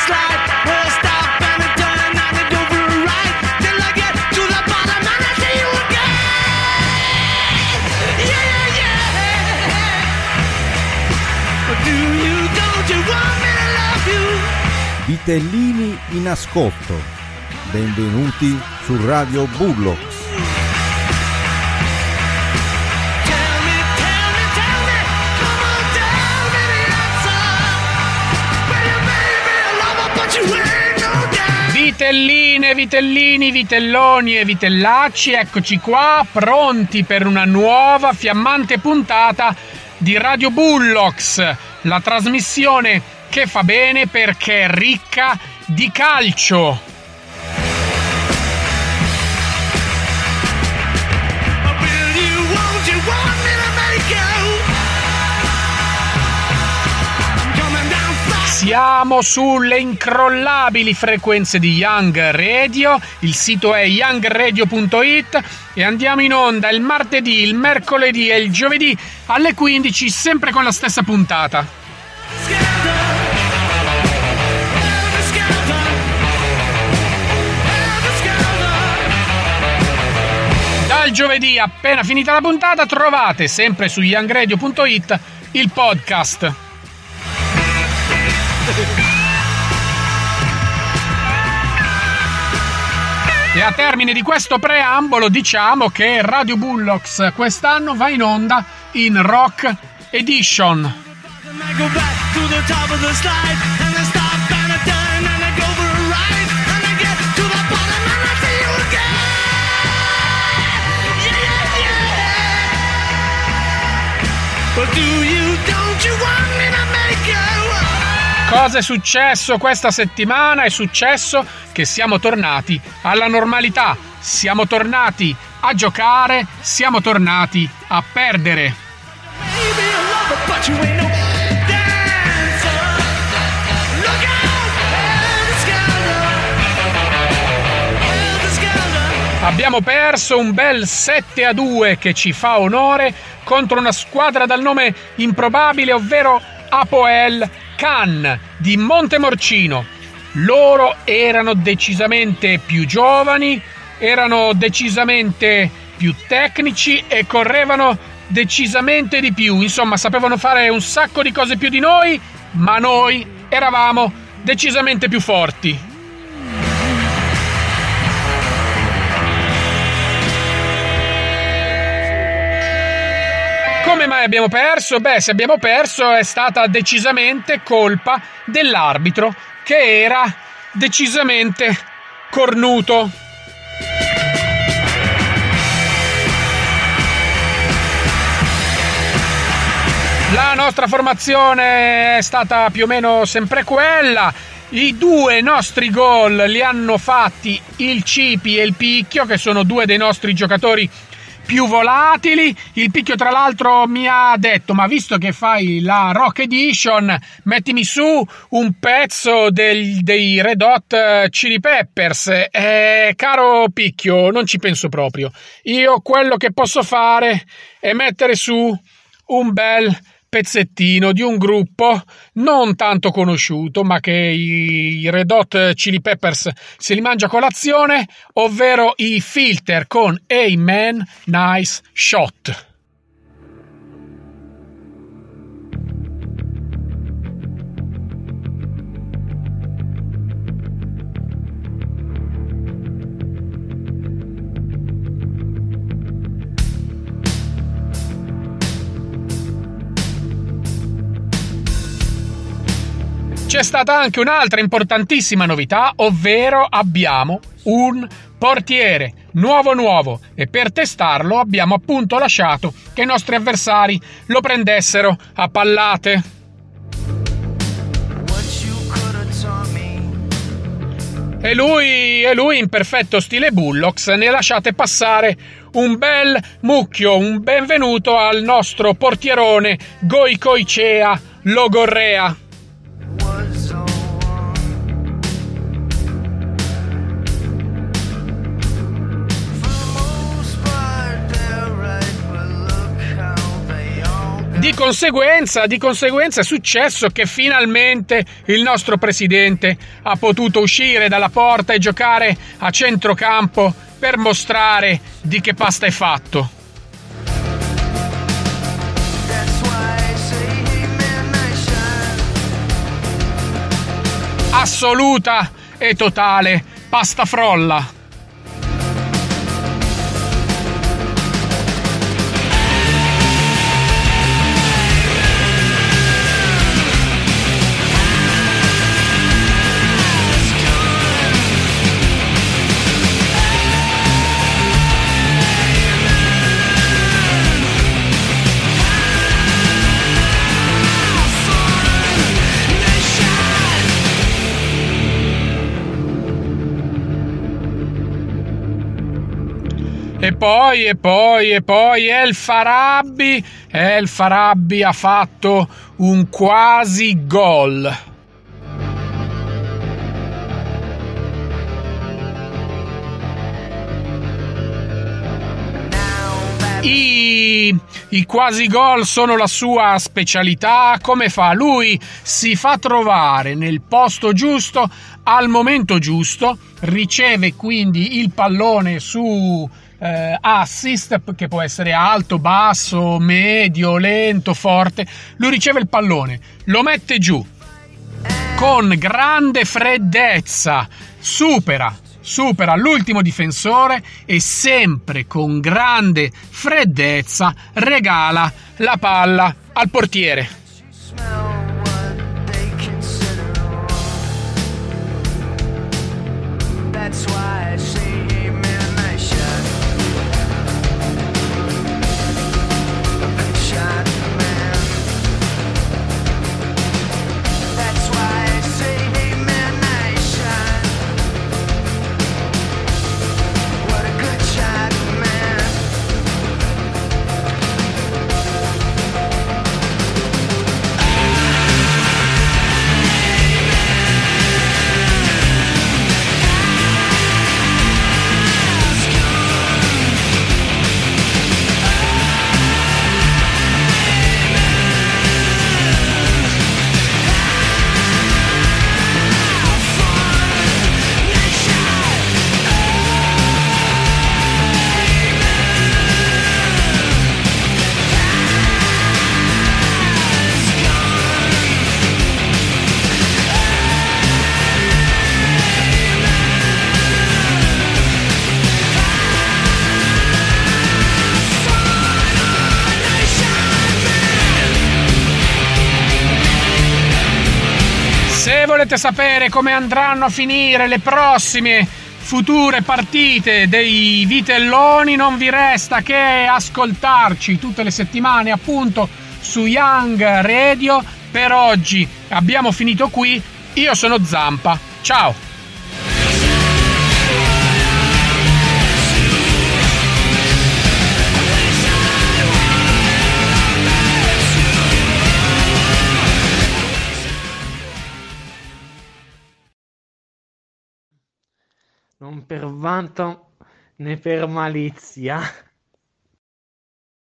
slide. Well, stop and a turn and a go for a ride. Till I get to the bottom and I see you again. Yeah, yeah. But do you, don't you want me to love you? Vitellini in ascolto. Benvenuti su Radio Bullocks. Vitelline, vitellini, vitelloni e vitellacci, eccoci qua, pronti per una nuova fiammante puntata di Radio Bullocks, la trasmissione che fa bene perché è ricca di calcio. Siamo sulle incrollabili frequenze di Young Radio, il sito è youngradio.it e andiamo in onda il martedì, il mercoledì e il giovedì alle 15, sempre con la stessa puntata. Dal giovedì, appena finita la puntata, trovate sempre su youngradio.it il podcast. E a termine di questo preambolo diciamo che Radio Bullocks quest'anno va in onda in Rock Edition. Cosa è successo questa settimana? È successo che siamo tornati alla normalità, siamo tornati a giocare, siamo tornati a perdere. Abbiamo perso un bel 7-2 che ci fa onore contro una squadra dal nome improbabile, ovvero Hapoel Cannes di Montemorcino. Loro erano decisamente più giovani, erano decisamente più tecnici e correvano decisamente di più. Insomma, sapevano fare un sacco di cose più di noi, ma noi eravamo decisamente più forti. Come mai abbiamo perso? Beh, se abbiamo perso è stata decisamente colpa dell'arbitro, che era decisamente cornuto. La nostra formazione è stata più o meno sempre quella. I due nostri gol li hanno fatti il Cipi e il Picchio, che sono due dei nostri giocatori più volatili. Il Picchio tra l'altro mi ha detto: ma visto che fai la Rock Edition, mettimi su un pezzo dei Red Hot Chili Peppers. Caro Picchio, non ci penso proprio. Io quello che posso fare è mettere su un bel pezzettino di un gruppo non tanto conosciuto, ma che i Red Hot Chili Peppers se li mangia a colazione, ovvero i Filter con Amen Nice Shot. C'è stata anche un'altra importantissima novità, ovvero abbiamo un portiere nuovo e per testarlo abbiamo appunto lasciato che i nostri avversari lo prendessero a pallate. E lui in perfetto stile Bullocks ne lasciate passare un bel mucchio, un benvenuto al nostro portierone Goicoechea Logorrea. di conseguenza è successo che finalmente il nostro presidente ha potuto uscire dalla porta e giocare a centrocampo per mostrare di che pasta è fatto. Assoluta e totale pasta frolla. E poi El Farabi ha fatto un quasi gol. I quasi gol sono la sua specialità. Come fa? Lui si fa trovare nel posto giusto al momento giusto, riceve quindi il pallone su assist, che può essere alto, basso, medio, lento, forte. Lui riceve il pallone, lo mette giù con grande freddezza, supera l'ultimo difensore e sempre con grande freddezza regala la palla al portiere. Se volete sapere come andranno a finire le prossime future partite dei vitelloni, non vi resta che ascoltarci tutte le settimane appunto su Young Radio. Per oggi abbiamo finito qui. Io sono Zampa. Ciao! Non per vanto né per malizia,